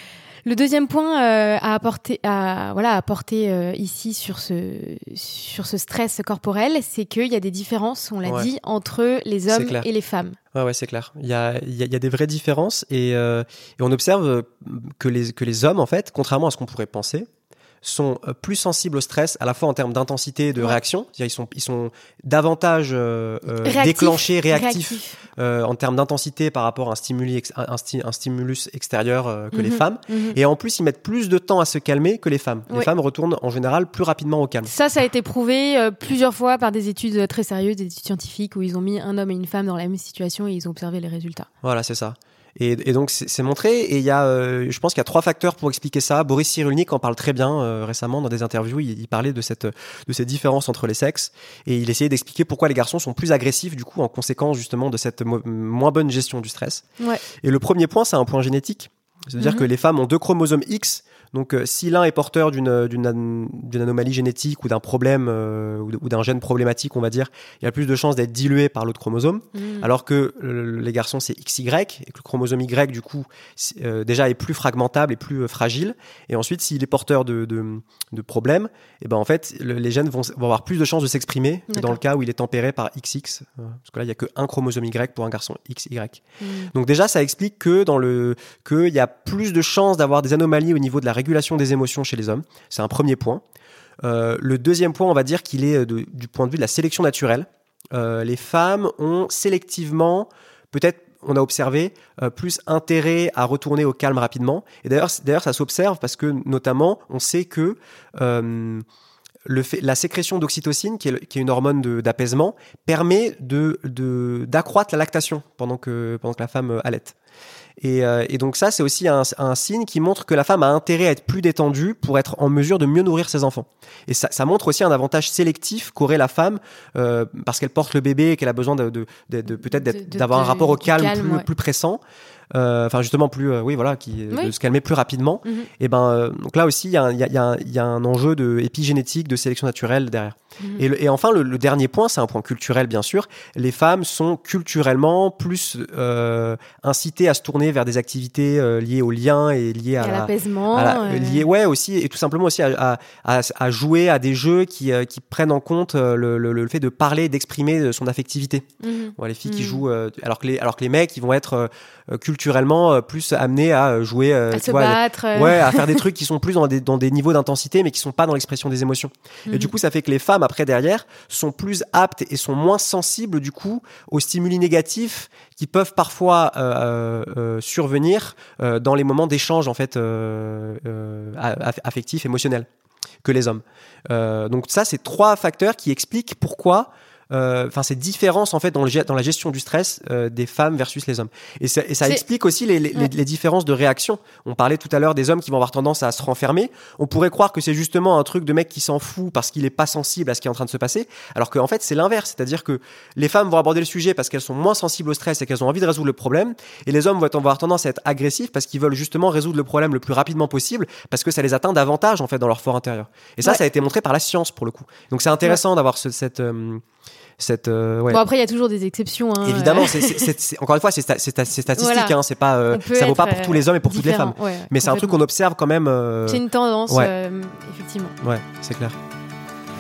Le deuxième point euh, à apporter, à, voilà, à apporter euh, ici sur ce, sur ce stress corporel, c'est qu'il y a des différences, on l'a ouais. dit, entre les hommes et les femmes. Ouais, ouais, c'est clair. Il y a, il y a, il y a des vraies différences et, euh, et on observe que les, que les hommes, en fait, contrairement à ce qu'on pourrait penser, sont plus sensibles au stress à la fois en termes d'intensité et de ouais. réaction. C'est-à-dire ils sont, ils sont davantage euh, réactif, déclenchés, réactifs réactif. euh, en termes d'intensité par rapport à un, stimuli, un, sti, un stimulus extérieur euh, que mm-hmm. les femmes. Mm-hmm. Et en plus, ils mettent plus de temps à se calmer que les femmes. Oui. Les femmes retournent en général plus rapidement au calme. Ça, ça a été prouvé euh, plusieurs fois par des études très sérieuses, des études scientifiques où ils ont mis un homme et une femme dans la même situation et ils ont observé les résultats. Voilà, c'est ça. Et, et donc c'est, c'est montré et il y a, euh, je pense qu'il y a trois facteurs pour expliquer ça. Boris Cyrulnik en parle très bien euh, récemment dans des interviews. Il, il parlait de cette de cette différence entre les sexes et il essayait d'expliquer pourquoi les garçons sont plus agressifs du coup en conséquence justement de cette mo- moins bonne gestion du stress. Ouais. Et le premier point, c'est un point génétique, c'est-à-dire mm-hmm. que les femmes ont deux chromosomes X. Donc, euh, si l'un est porteur d'une, d'une, d'une anomalie génétique ou d'un problème euh, ou d'un gène problématique, on va dire, il y a plus de chances d'être dilué par l'autre chromosome. Mmh. Alors que euh, les garçons, c'est X Y, et que le chromosome Y, du coup, euh, déjà est plus fragmentable et plus euh, fragile. Et ensuite, s'il est porteur de, de, de problèmes, et ben en fait, le, les gènes vont, vont avoir plus de chances de s'exprimer que dans le cas où il est tempéré par X X. Euh, parce que là, il n'y a qu'un chromosome Y pour un garçon X Y. Mmh. Donc déjà, ça explique que dans le qu'il y a plus de chances d'avoir des anomalies au niveau de la régulation des émotions chez les hommes. C'est un premier point. Euh, le deuxième point, on va dire qu'il est de, du point de vue de la sélection naturelle. Euh, les femmes ont sélectivement, peut-être on a observé, euh, plus intérêt à retourner au calme rapidement. Et d'ailleurs, d'ailleurs ça s'observe parce que notamment, on sait que euh, le fait, la sécrétion d'oxytocine, qui est, qui est une hormone de, d'apaisement, permet de, de, d'accroître la lactation pendant que, pendant que la femme allaite. Et, euh, et donc ça, c'est aussi un, un signe qui montre que la femme a intérêt à être plus détendue pour être en mesure de mieux nourrir ses enfants. Et ça, ça montre aussi un avantage sélectif qu'aurait la femme euh, parce qu'elle porte le bébé et qu'elle a besoin de, de, de, de peut-être d'être, de, de, d'avoir de, un rapport au calme, calme plus, ouais. plus pressant. Enfin euh, justement plus euh, oui voilà qui oui. de se calmer plus rapidement. Mm-hmm. Et ben euh, donc là aussi il y a il y a il y a il y a un enjeu de épigénétique, de sélection naturelle derrière. Mm-hmm. Et, le, et enfin le, le dernier point, c'est un point culturel bien sûr. Les femmes sont culturellement plus euh, incitées à se tourner vers des activités euh, liées au lien et liées à, à l'apaisement, à la, euh... liées ouais aussi et tout simplement aussi à à, à jouer à des jeux qui euh, qui prennent en compte le, le, le fait de parler, d'exprimer son affectivité. Mm-hmm. Ouais, les filles mm-hmm. qui jouent euh, alors que les alors que les mecs ils vont être euh, culturellement plus amenés à jouer euh, à tu se vois, battre à, ouais à faire des trucs qui sont plus dans des dans des niveaux d'intensité mais qui sont pas dans l'expression des émotions. Mm-hmm. Et du coup ça fait que les femmes après derrière sont plus aptes et sont moins sensibles du coup aux stimuli négatifs qui peuvent parfois euh, euh, survenir euh, dans les moments d'échange en fait euh, euh, affectifs, émotionnels que les hommes. Euh, donc ça c'est trois facteurs qui expliquent pourquoi enfin euh, ces différences en fait dans, le, dans la gestion du stress euh, des femmes versus les hommes et ça, et ça explique aussi les, les, ouais. les, les différences de réaction. On parlait tout à l'heure des hommes qui vont avoir tendance à se renfermer. On pourrait croire que c'est justement un truc de mec qui s'en fout parce qu'il est pas sensible à ce qui est en train de se passer, alors qu'en fait c'est l'inverse, c'est-à-dire que les femmes vont aborder le sujet parce qu'elles sont moins sensibles au stress et qu'elles ont envie de résoudre le problème, et les hommes vont avoir tendance à être agressifs parce qu'ils veulent justement résoudre le problème le plus rapidement possible parce que ça les atteint davantage en fait dans leur fort intérieur. Et ça ouais. ça a été montré par la science pour le coup. Donc c'est intéressant ouais. d'avoir ce, cette euh, Cette, euh, ouais. Bon après il y a toujours des exceptions. Hein, Évidemment, c'est, c'est, c'est, c'est, encore une fois c'est, sta- c'est, sta- c'est statistique, voilà. hein, c'est pas, euh, ça vaut pas pour tous les hommes et pour toutes les femmes. Ouais, mais c'est un truc qu'on observe quand même. Euh... C'est une tendance, ouais. euh, effectivement. Ouais, c'est clair.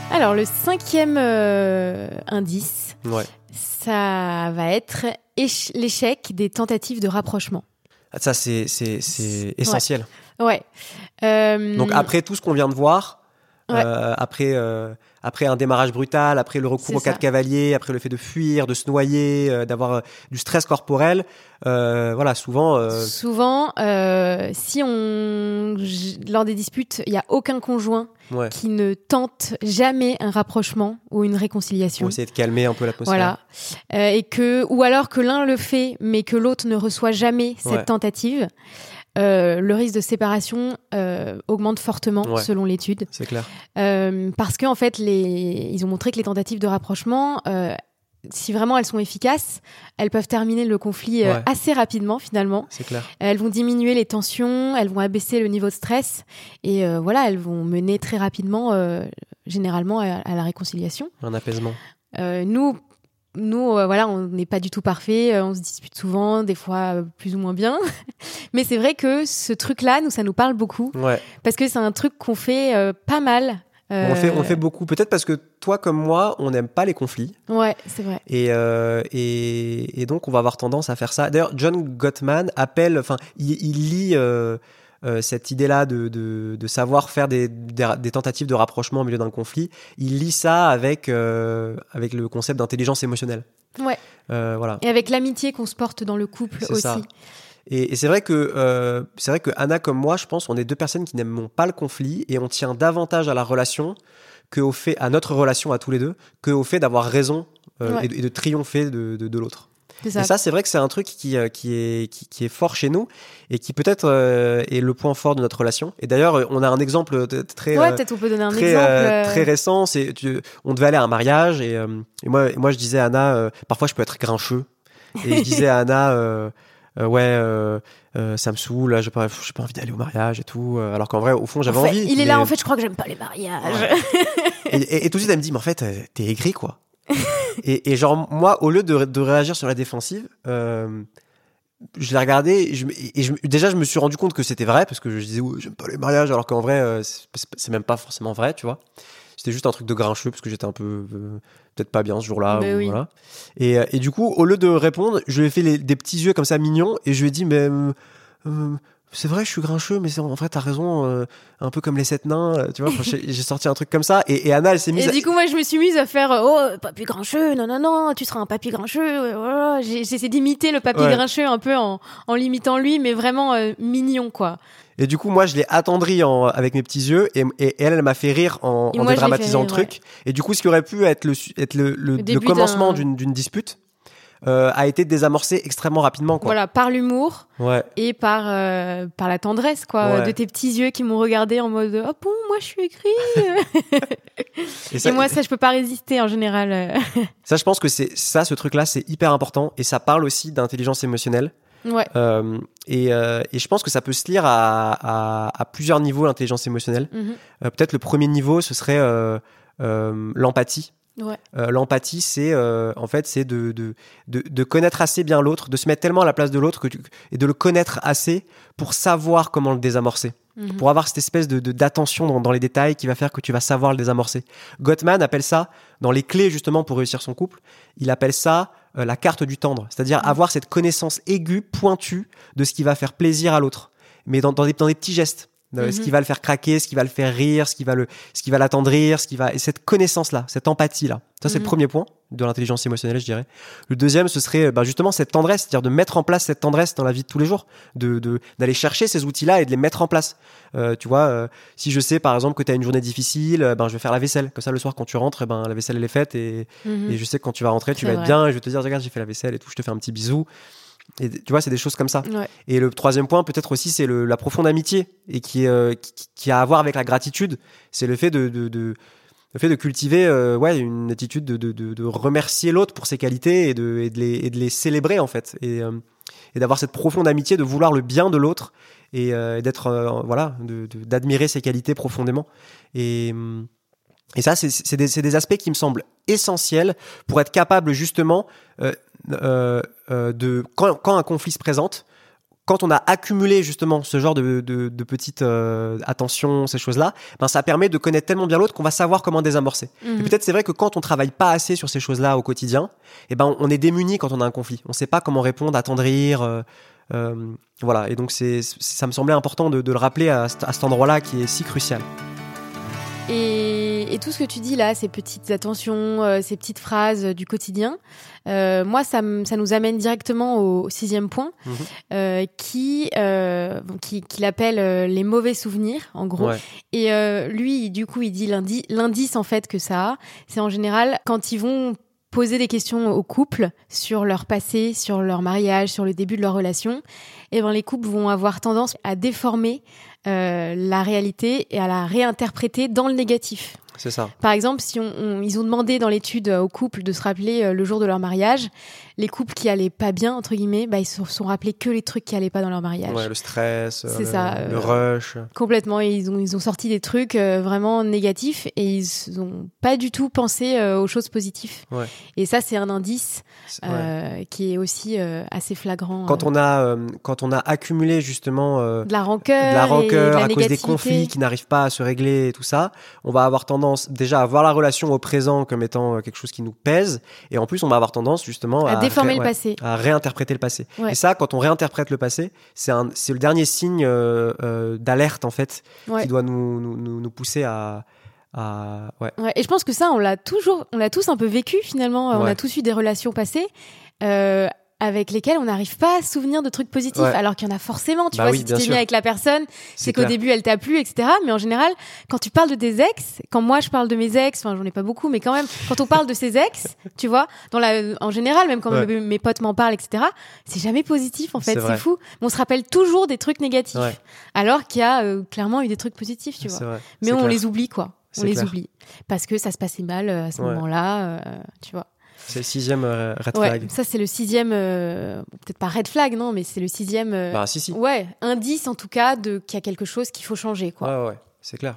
Alors, le cinquième euh, indice, Ouais. ça va être éche- l'échec des tentatives de rapprochement. Ça, c'est, c'est, c'est essentiel. Ouais. Euh, Donc, après tout ce qu'on vient de voir, Ouais. euh, après, euh, après un démarrage brutal, après le recours C'est aux quatre ça. cavaliers, après le fait de fuir, de se noyer, euh, d'avoir euh, du stress corporel, euh, voilà, souvent... euh, Souvent, euh, si on, j- lors des disputes, il n'y a aucun conjoint ouais, qui ne tente jamais un rapprochement ou une réconciliation. pour essayer de calmer un peu l'atmosphère. Voilà. Euh, et que, ou alors que l'un le fait, mais que l'autre ne reçoit jamais cette Ouais. tentative, euh, le risque de séparation euh, augmente fortement Ouais. selon l'étude. C'est clair. Euh, parce qu'en fait, les... ils ont montré que les tentatives de rapprochement, euh, si vraiment elles sont efficaces, elles peuvent terminer le conflit euh, Ouais. assez rapidement finalement. C'est clair. Elles vont diminuer les tensions, elles vont abaisser le niveau de stress et euh, voilà, elles vont mener très rapidement, euh, généralement, à, à la réconciliation. Un apaisement. Euh, nous, nous, euh, voilà, on n'est pas du tout parfait, euh, on se dispute souvent, des fois euh, plus ou moins bien. Mais c'est vrai que ce truc-là, nous, ça nous parle beaucoup Ouais. parce que c'est un truc qu'on fait euh, pas mal. Euh, On, le fait, on le fait beaucoup. Peut-être parce que toi comme moi, on n'aime pas les conflits. Ouais, c'est vrai. Et, euh, et, et donc, on va avoir tendance à faire ça. D'ailleurs, John Gottman appelle, enfin, il, il lit euh, euh, cette idée-là de, de, de savoir faire des, des, des tentatives de rapprochement au milieu d'un conflit. Il lit ça avec, euh, avec le concept d'intelligence émotionnelle. Ouais. Euh, voilà. Et avec l'amitié qu'on se porte dans le couple C'est aussi. ça. Et, et c'est vrai que euh, c'est vrai que Anna comme moi, je pense, on est deux personnes qui n'aiment pas le conflit et on tient davantage à la relation que au fait à notre relation à tous les deux, que au fait d'avoir raison euh, Ouais. et, de, et de triompher de, de, de l'autre. C'est ça. Et ça, c'est vrai que c'est un truc qui euh, qui est qui, qui est fort chez nous et qui peut-être euh, est le point fort de notre relation. Et d'ailleurs, euh, on a un exemple t- très Ouais, euh, peut-être on peut donner un très, exemple. euh, euh, très récent. C'est tu- on devait aller à un mariage et, euh, et moi et moi je disais à Anna, euh, parfois je peux être grincheux et je disais à Anna. Euh, Euh, ouais, euh, euh, ça me saoule, là, j'ai pas, j'ai pas envie d'aller au mariage et tout. euh, alors qu'en vrai, au fond, j'avais en fait, envie. Il est mais- là, en fait, je crois que j'aime pas les mariages. et, et, et tout de suite, elle me dit, mais en fait, euh, t'es aigri, quoi. et, et genre, moi, au lieu de, de réagir sur la défensive, euh, je l'ai regardé et, je, et je, déjà, je me suis rendu compte que c'était vrai parce que je disais, ouais, j'aime pas les mariages, alors qu'en vrai, euh, c'est, c'est même pas forcément vrai, tu vois. C'était juste un truc de grincheux parce que j'étais un peu euh, peut-être pas bien ce jour-là. Mais ou, oui. Voilà. Et, et du coup, au lieu de répondre, je lui ai fait les, des petits yeux comme ça mignons et je lui ai dit, mais euh, euh, c'est vrai, je suis grincheux, mais c'est, en vrai, t'as raison, euh, un peu comme les sept nains, euh, tu vois. Enfin, j'ai, j'ai sorti un truc comme ça et, et Anna, elle s'est mise. Et à... du coup, moi, je me suis mise à faire euh, oh, papy grincheux, non, non, non, tu seras un papy grincheux. euh, voilà. J'ai, j'ai essayé d'imiter le papy Ouais. grincheux un peu en, en l'imitant lui, mais vraiment euh, mignon, quoi. Et du coup, moi, je l'ai attendri en, avec mes petits yeux et, et elle, elle m'a fait rire en, Et en moi, je l'ai dédramatisant fait le rire, truc. Et du coup, ce qui aurait pu être le, su- être le, le, le début commencement d'un- d'une, d'une dispute euh, a été désamorcé extrêmement rapidement, quoi. Voilà, par l'humour Ouais. et par, euh, par la tendresse, quoi, Ouais. de tes petits yeux qui m'ont regardé en mode oh bon, moi, je suis aigrie. Et ça, Et moi, ça, je peux pas résister en général. euh. ça, je pense que c'est ça, ce truc-là, c'est hyper important et ça parle aussi d'intelligence émotionnelle. Ouais. Euh, et, euh, et je pense que ça peut se lire à, à, à plusieurs niveaux, l'intelligence émotionnelle. Mhm. Euh, peut-être le premier niveau, ce serait euh, euh, l'empathie. Ouais. Euh, l'empathie, c'est euh, en fait, c'est de, de, de, de connaître assez bien l'autre, de se mettre tellement à la place de l'autre que tu, et de le connaître assez pour savoir comment le désamorcer. Mhm. Pour avoir cette espèce de, de d'attention dans, dans les détails qui va faire que tu vas savoir le désamorcer. Gottman appelle ça, dans les clés justement pour réussir son couple, il appelle ça euh, la carte du tendre, c'est-à-dire Mhm. avoir cette connaissance aiguë, pointue de ce qui va faire plaisir à l'autre, mais dans, dans, des, dans des petits gestes. Euh, Mhm. Ce qui va le faire craquer, ce qui va le faire rire, ce qui va le, ce qui va l'attendrir, ce qui va, et cette connaissance-là, cette empathie-là. Ça, c'est Mhm. le premier point de l'intelligence émotionnelle, je dirais. Le deuxième, ce serait bah, justement cette tendresse, c'est-à-dire de mettre en place cette tendresse dans la vie de tous les jours, de, de d'aller chercher ces outils-là et de les mettre en place. Euh, tu vois, euh, si je sais par exemple que tu as une journée difficile, euh, ben je vais faire la vaisselle. Comme ça, le soir quand tu rentres, eh ben la vaisselle elle est faite et, Mhm. et je sais que quand tu vas rentrer, tu C'est vas être vrai. bien et je vais te dire regarde, j'ai fait la vaisselle et tout, je te fais un petit bisou. Et tu vois, c'est des choses comme ça. Ouais. Et le troisième point, peut-être aussi, c'est le, la profonde amitié et qui, est, euh, qui, qui a à voir avec la gratitude. C'est le fait de, de, de, le fait de cultiver euh, ouais, une attitude de, de, de, de remercier l'autre pour ses qualités et de, et de, les, et de les célébrer, en fait. Et, euh, et d'avoir cette profonde amitié, de vouloir le bien de l'autre et, euh, et d'être, euh, voilà, de, de, d'admirer ses qualités profondément. Et. Hum, Et ça, c'est, c'est, des, c'est des aspects qui me semblent essentiels pour être capable justement euh, euh, euh, de quand, quand un conflit se présente, quand on a accumulé justement ce genre de, de, de petites euh, attentions, ces choses-là, ben ça permet de connaître tellement bien l'autre qu'on va savoir comment désamorcer. Mm-hmm. Et peut-être c'est vrai que quand on travaille pas assez sur ces choses-là au quotidien, eh ben on est démuni quand on a un conflit. On sait pas comment répondre, attendrir. Euh, euh, voilà. Et donc c'est, ça me semblait important de, de le rappeler à, à cet endroit-là qui est si crucial. Et, et tout ce que tu dis là, ces petites attentions, euh, ces petites phrases du quotidien, euh, moi, ça, m- ça nous amène directement au sixième point, mmh. euh, qui, euh, qui, qui l'appelle euh, les mauvais souvenirs, en gros. Ouais. Et euh, lui, du coup, il dit l'indi- l'indice en fait que ça a, c'est en général quand ils vont poser des questions aux couples sur leur passé, sur leur mariage, sur le début de leur relation, et ben les couples vont avoir tendance à déformer euh, la réalité et à la réinterpréter dans le négatif. C'est ça. Par exemple, si on, on, ils ont demandé dans l'étude aux couples de se rappeler euh, le jour de leur mariage, les couples qui allaient pas bien, entre guillemets, bah, ils se sont rappelés que les trucs qui allaient pas dans leur mariage. Ouais, le stress, c'est le, ça, le euh, rush. Complètement. Et ils ont, ils ont sorti des trucs euh, vraiment négatifs et ils ont pas du tout pensé euh, aux choses positives. Ouais. Et ça, c'est un indice euh, ouais. qui est aussi euh, assez flagrant. Quand, euh. on a, euh, quand on a accumulé justement euh, de la rancœur, de la rancœur et de la à cause des conflits qui n'arrivent pas à se régler et tout ça, on va avoir tendance déjà à voir la relation au présent comme étant quelque chose qui nous pèse, et en plus on va avoir tendance justement à, à déformer ré- le ouais, passé, à réinterpréter le passé. Ouais. Et ça, quand on réinterprète le passé, c'est, un, c'est le dernier signe euh, euh, d'alerte en fait, ouais. qui doit nous, nous, nous pousser à à... Ouais. Ouais, et je pense que ça, on l'a toujours, on l'a tous un peu vécu finalement. Ouais. On a tous eu des relations passées euh, avec lesquelles on n'arrive pas à se souvenir de trucs positifs, ouais. alors qu'il y en a forcément. Tu bah vois, oui, si tu t'es mis avec la personne, c'est, c'est qu'au clair. début elle t'a plu, et cetera. Mais en général, quand tu parles de tes ex, quand moi je parle de mes ex, enfin j'en ai pas beaucoup, mais quand même, quand on parle de ses ex, tu vois, dans la, en général, même quand ouais. mes, mes potes m'en parlent, et cetera. C'est jamais positif en fait, c'est, c'est fou. Mais on se rappelle toujours des trucs négatifs, ouais. alors qu'il y a euh, clairement eu des trucs positifs, tu vois. Vrai. Mais c'est on clair. les oublie quoi. On c'est les clair. oublie parce que ça se passait mal à ce ouais. moment-là, euh, tu vois. C'est le sixième euh, red ouais, flag. Ça, c'est le sixième, euh, peut-être pas red flag, non, mais c'est le sixième. Euh, bah, si, si. Ouais, indice en tout cas de, qu'il y a quelque chose qu'il faut changer, quoi. Ouais, ouais, c'est clair.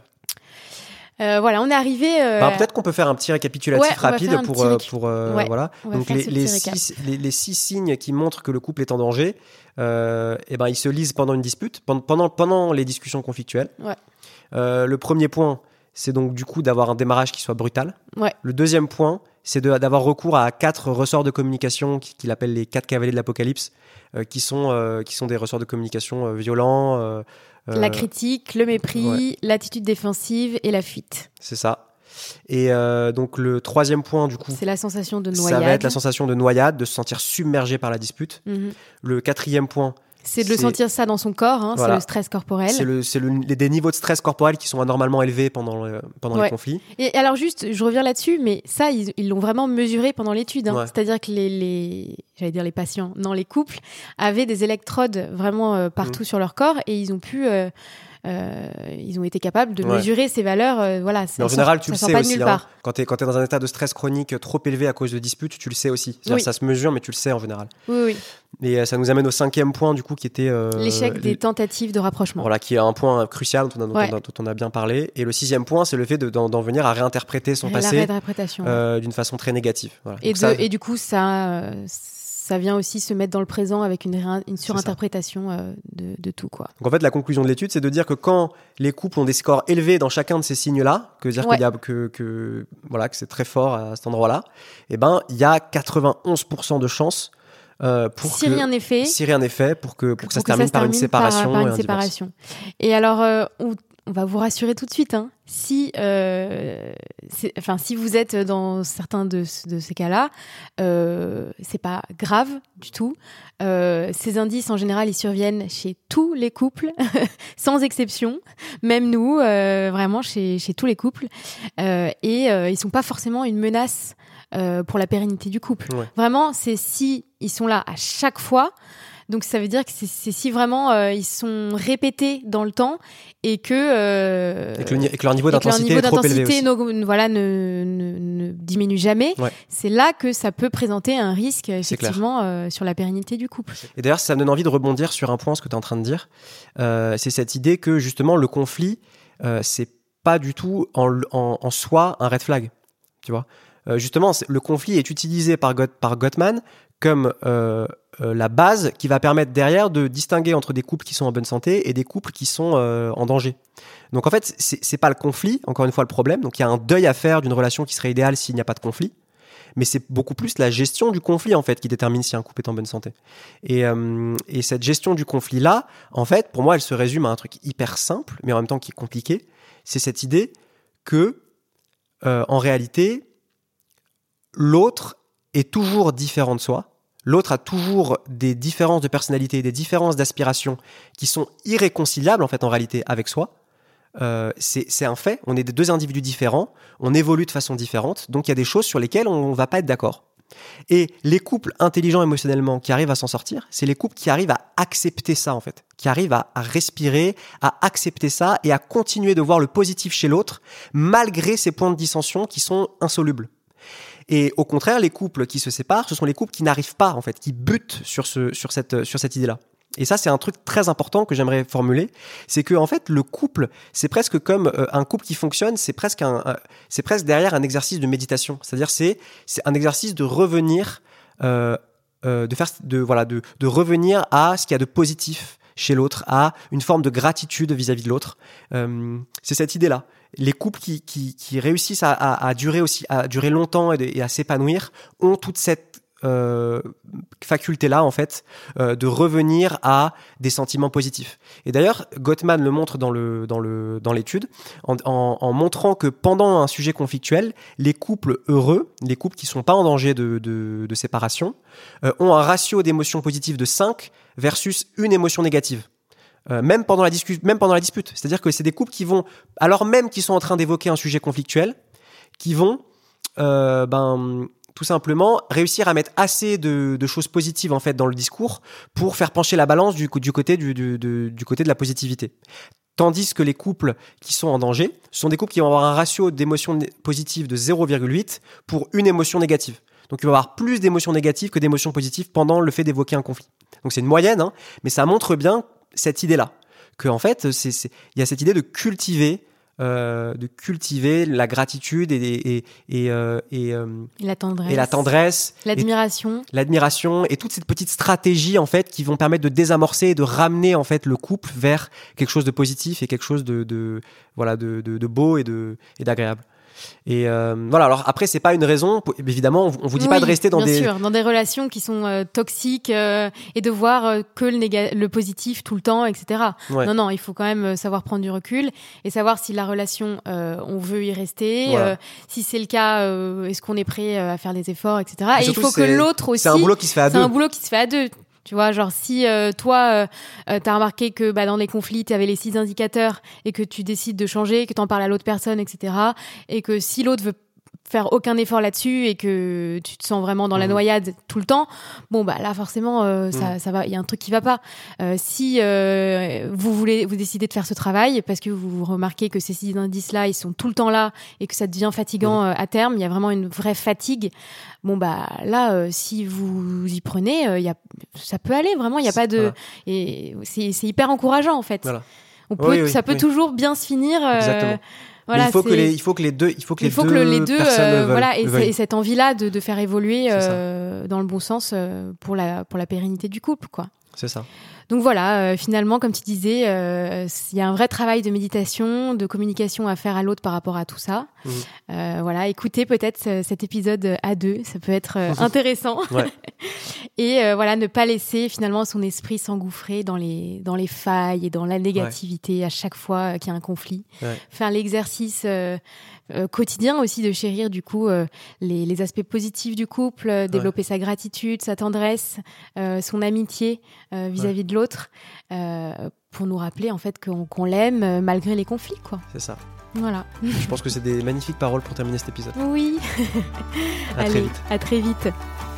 Euh, voilà, on est arrivé. Euh... Bah, peut-être qu'on peut faire un petit récapitulatif ouais, rapide pour, petit récu... pour euh, ouais, voilà. Donc les, les, six, les, les six signes qui montrent que le couple est en danger, euh, et ben ils se lisent pendant une dispute, pendant pendant les discussions conflictuelles. Ouais. Euh, le premier point, c'est donc du coup d'avoir un démarrage qui soit brutal. Ouais. Le deuxième point, c'est de, d'avoir recours à quatre ressorts de communication qu'il appelle les quatre cavaliers de l'apocalypse, euh, qui sont euh, qui sont des ressorts de communication euh, violents. Euh, la critique, le mépris, ouais. l'attitude défensive et la fuite. C'est ça. Et euh, donc le troisième point du coup, c'est la sensation de noyade. Ça va être la sensation de noyade, de se sentir submergé par la dispute. Mm-hmm. Le quatrième point, c'est de le sentir ça dans son corps, hein, voilà. C'est le stress corporel. C'est, le, c'est le, les, des niveaux de stress corporel qui sont anormalement élevés pendant, le, pendant ouais. les conflits. Et alors juste, je reviens là-dessus, mais ça, ils, ils l'ont vraiment mesuré pendant l'étude. Hein. Ouais. C'est-à-dire que les, les, j'allais dire les patients, non, les couples avaient des électrodes vraiment euh, partout mmh. sur leur corps et ils ont pu... Euh, Euh, ils ont été capables de ouais. mesurer ces valeurs. Euh, voilà, mais en général, tu le sais aussi. Hein, quand tu es quand t'es dans un état de stress chronique trop élevé à cause de disputes, tu le sais aussi. C'est-à-dire oui. ça se mesure, mais tu le sais en général. Oui, oui. Et euh, ça nous amène au cinquième point, du coup, qui était euh, l'échec des tentatives de rapprochement. Voilà, qui est un point crucial dont on a, dont ouais. on a, dont on a bien parlé. Et le sixième point, c'est le fait de, d'en, d'en venir à réinterpréter son La passé réinterprétation, euh, ouais. d'une façon très négative. Voilà. Et, de, ça, et du coup, ça. Euh, ça vient aussi se mettre dans le présent avec une, ré- une surinterprétation euh, de, de tout, quoi. Donc en fait, la conclusion de l'étude, c'est de dire que quand les couples ont des scores élevés dans chacun de ces signes-là, que dire ouais. qu'il y a, que, que, voilà, que c'est très fort à cet endroit-là, eh ben, il y a quatre-vingt-onze pour cent de chances euh, pour si que, rien n'est fait, si rien n'est fait, pour que, pour que, pour ça se que termine ça se par une termine séparation. Par, par et une un séparation. Et alors, euh, on, on va vous rassurer tout de suite, hein. Si, euh, c'est, enfin, si vous êtes dans certains de, de ces cas-là, euh, c'est pas grave du tout. Euh, ces indices, en général, ils surviennent chez tous les couples, sans exception. Même nous, euh, vraiment, chez, chez tous les couples. Euh, et euh, ils sont pas forcément une menace euh, pour la pérennité du couple. Ouais. Vraiment, c'est si ils sont là à chaque fois. Donc ça veut dire que c'est, c'est si vraiment euh, ils sont répétés dans le temps et que, euh, et, que le, et que leur niveau d'intensité, niveau est trop d'intensité élevé aussi. No, voilà, ne, ne, ne diminue jamais. Ouais. C'est là que ça peut présenter un risque effectivement euh, sur la pérennité du couple. Et d'ailleurs, ça me donne envie de rebondir sur un point, ce que tu es en train de dire. Euh, c'est cette idée que justement le conflit, euh, c'est pas du tout en, en, en soi un red flag. Tu vois, euh, justement, le conflit est utilisé par, Got, par Gottman comme euh, euh, la base qui va permettre derrière de distinguer entre des couples qui sont en bonne santé et des couples qui sont euh, en danger. Donc en fait, c'est, c'est pas le conflit, encore une fois, le problème. Donc il y a un deuil à faire d'une relation qui serait idéale s'il n'y a pas de conflit. Mais c'est beaucoup plus la gestion du conflit, en fait, qui détermine si un couple est en bonne santé. Et, euh, et cette gestion du conflit-là, en fait, pour moi, elle se résume à un truc hyper simple, mais en même temps qui est compliqué. C'est cette idée que, euh, en réalité, l'autre est toujours différent de soi. L'autre a toujours des différences de personnalité, des différences d'aspiration qui sont irréconciliables, en fait, en réalité, avec soi. Euh, c'est, c'est un fait, on est des deux individus différents, on évolue de façon différente, donc il y a des choses sur lesquelles on ne va pas être d'accord. Et les couples intelligents émotionnellement qui arrivent à s'en sortir, c'est les couples qui arrivent à accepter ça en fait, qui arrivent à, à respirer, à accepter ça et à continuer de voir le positif chez l'autre, malgré ces points de dissension qui sont insolubles. Et au contraire, les couples qui se séparent, ce sont les couples qui n'arrivent pas en fait, qui butent sur, ce, sur, cette, sur cette idée-là. Et ça, c'est un truc très important que j'aimerais formuler, c'est que en fait, le couple, c'est presque comme euh, un couple qui fonctionne, c'est presque un, euh, c'est presque derrière un exercice de méditation. C'est-à-dire, c'est, c'est un exercice de revenir, euh, euh, de faire, de voilà, de, de revenir à ce qu'il y a de positif chez l'autre, à une forme de gratitude vis-à-vis de l'autre. Euh, c'est cette idée-là. Les couples qui, qui, qui réussissent à, à, à durer aussi, à durer longtemps et, de, et à s'épanouir, ont toute cette Euh, faculté-là en fait euh, de revenir à des sentiments positifs. Et d'ailleurs, Gottman le montre dans le dans le dans l'étude en, en, en montrant que pendant un sujet conflictuel, les couples heureux, les couples qui sont pas en danger de de, de séparation, euh, ont un ratio d'émotions positives de cinq versus une émotion négative. Euh, même pendant la discussion, même pendant la dispute. C'est-à-dire que c'est des couples qui vont, alors même qu'ils sont en train d'évoquer un sujet conflictuel, qui vont euh, ben tout simplement réussir à mettre assez de, de choses positives en fait dans le discours pour faire pencher la balance du, du côté du, du, du, du côté de la positivité. Tandis que les couples qui sont en danger, ce sont des couples qui vont avoir un ratio d'émotions positives de zéro virgule huit pour une émotion négative. Donc il va y avoir plus d'émotions négatives que d'émotions positives pendant le fait d'évoquer un conflit. Donc c'est une moyenne, hein, mais ça montre bien cette idée-là, que en fait c'est, c'est, il y a cette idée de cultiver Euh, de cultiver la gratitude et, et, et, et, euh, et, euh, et la tendresse, et la tendresse l'admiration, et, l'admiration et toutes ces petites stratégies en fait qui vont permettre de désamorcer et de ramener en fait le couple vers quelque chose de positif et quelque chose de, de voilà de, de, de beau et de et d'agréable. Et euh, voilà. Alors après, c'est pas une raison. Évidemment, on, on vous dit oui, pas de rester dans bien des sûr, dans des relations qui sont euh, toxiques euh, et de voir euh, que le, néga- le positif tout le temps, et cetera. Ouais. Non, non, il faut quand même savoir prendre du recul et savoir si la relation, euh, on veut y rester. Voilà. Euh, si c'est le cas, euh, est-ce qu'on est prêt à faire des efforts, et cetera. Et, et il faut que l'autre aussi. C'est un boulot qui se fait à c'est deux. C'est un boulot qui se fait à deux. Tu vois, genre si euh, toi, euh, t'as remarqué que bah, dans les conflits, t'avais les six indicateurs et que tu décides de changer, que t'en parles à l'autre personne, et cetera. Et que si l'autre veut faire aucun effort là-dessus et que tu te sens vraiment dans la noyade tout le temps, bon bah là forcément euh, ça, mmh. ça va, il y a un truc qui va pas. Euh, si euh, vous voulez, vous décidez de faire ce travail parce que vous remarquez que ces six indices-là, ils sont tout le temps là et que ça devient fatigant mmh. euh, à terme, il y a vraiment une vraie fatigue. Bon bah là, euh, si vous y prenez, euh, y a, ça peut aller vraiment. Il y a pas de, voilà. Et c'est, c'est hyper encourageant en fait. Voilà. On peut, oui, oui, ça peut oui. toujours bien se finir. Euh, Exactement. Voilà, il faut que les, il faut que les deux, il faut que les il faut deux, que les deux personnes euh, veulent, voilà, et, veulent. et cette envie-là de, de faire évoluer euh, dans le bon sens euh, pour la, pour la pérennité du couple, quoi. C'est ça. Donc voilà, euh, finalement, comme tu disais, il euh, y a un vrai travail de méditation, de communication à faire à l'autre par rapport à tout ça. Mmh. Euh, voilà, écoutez peut-être ce, cet épisode à deux, ça peut être euh, intéressant. Ouais. Et euh, voilà, ne pas laisser finalement son esprit s'engouffrer dans les dans les failles et dans la négativité ouais. à chaque fois qu'il y a un conflit. Ouais. Faire l'exercice euh, euh, quotidien aussi de chérir du coup euh, les, les aspects positifs du couple, euh, développer ouais. sa gratitude, sa tendresse, euh, son amitié euh, vis-à-vis ouais. de l'autre, euh, pour nous rappeler en fait qu'on, qu'on l'aime euh, malgré les conflits, quoi. C'est ça. Voilà. Je pense que c'est des magnifiques paroles pour terminer cet épisode. Oui. À Allez, très vite. À très vite.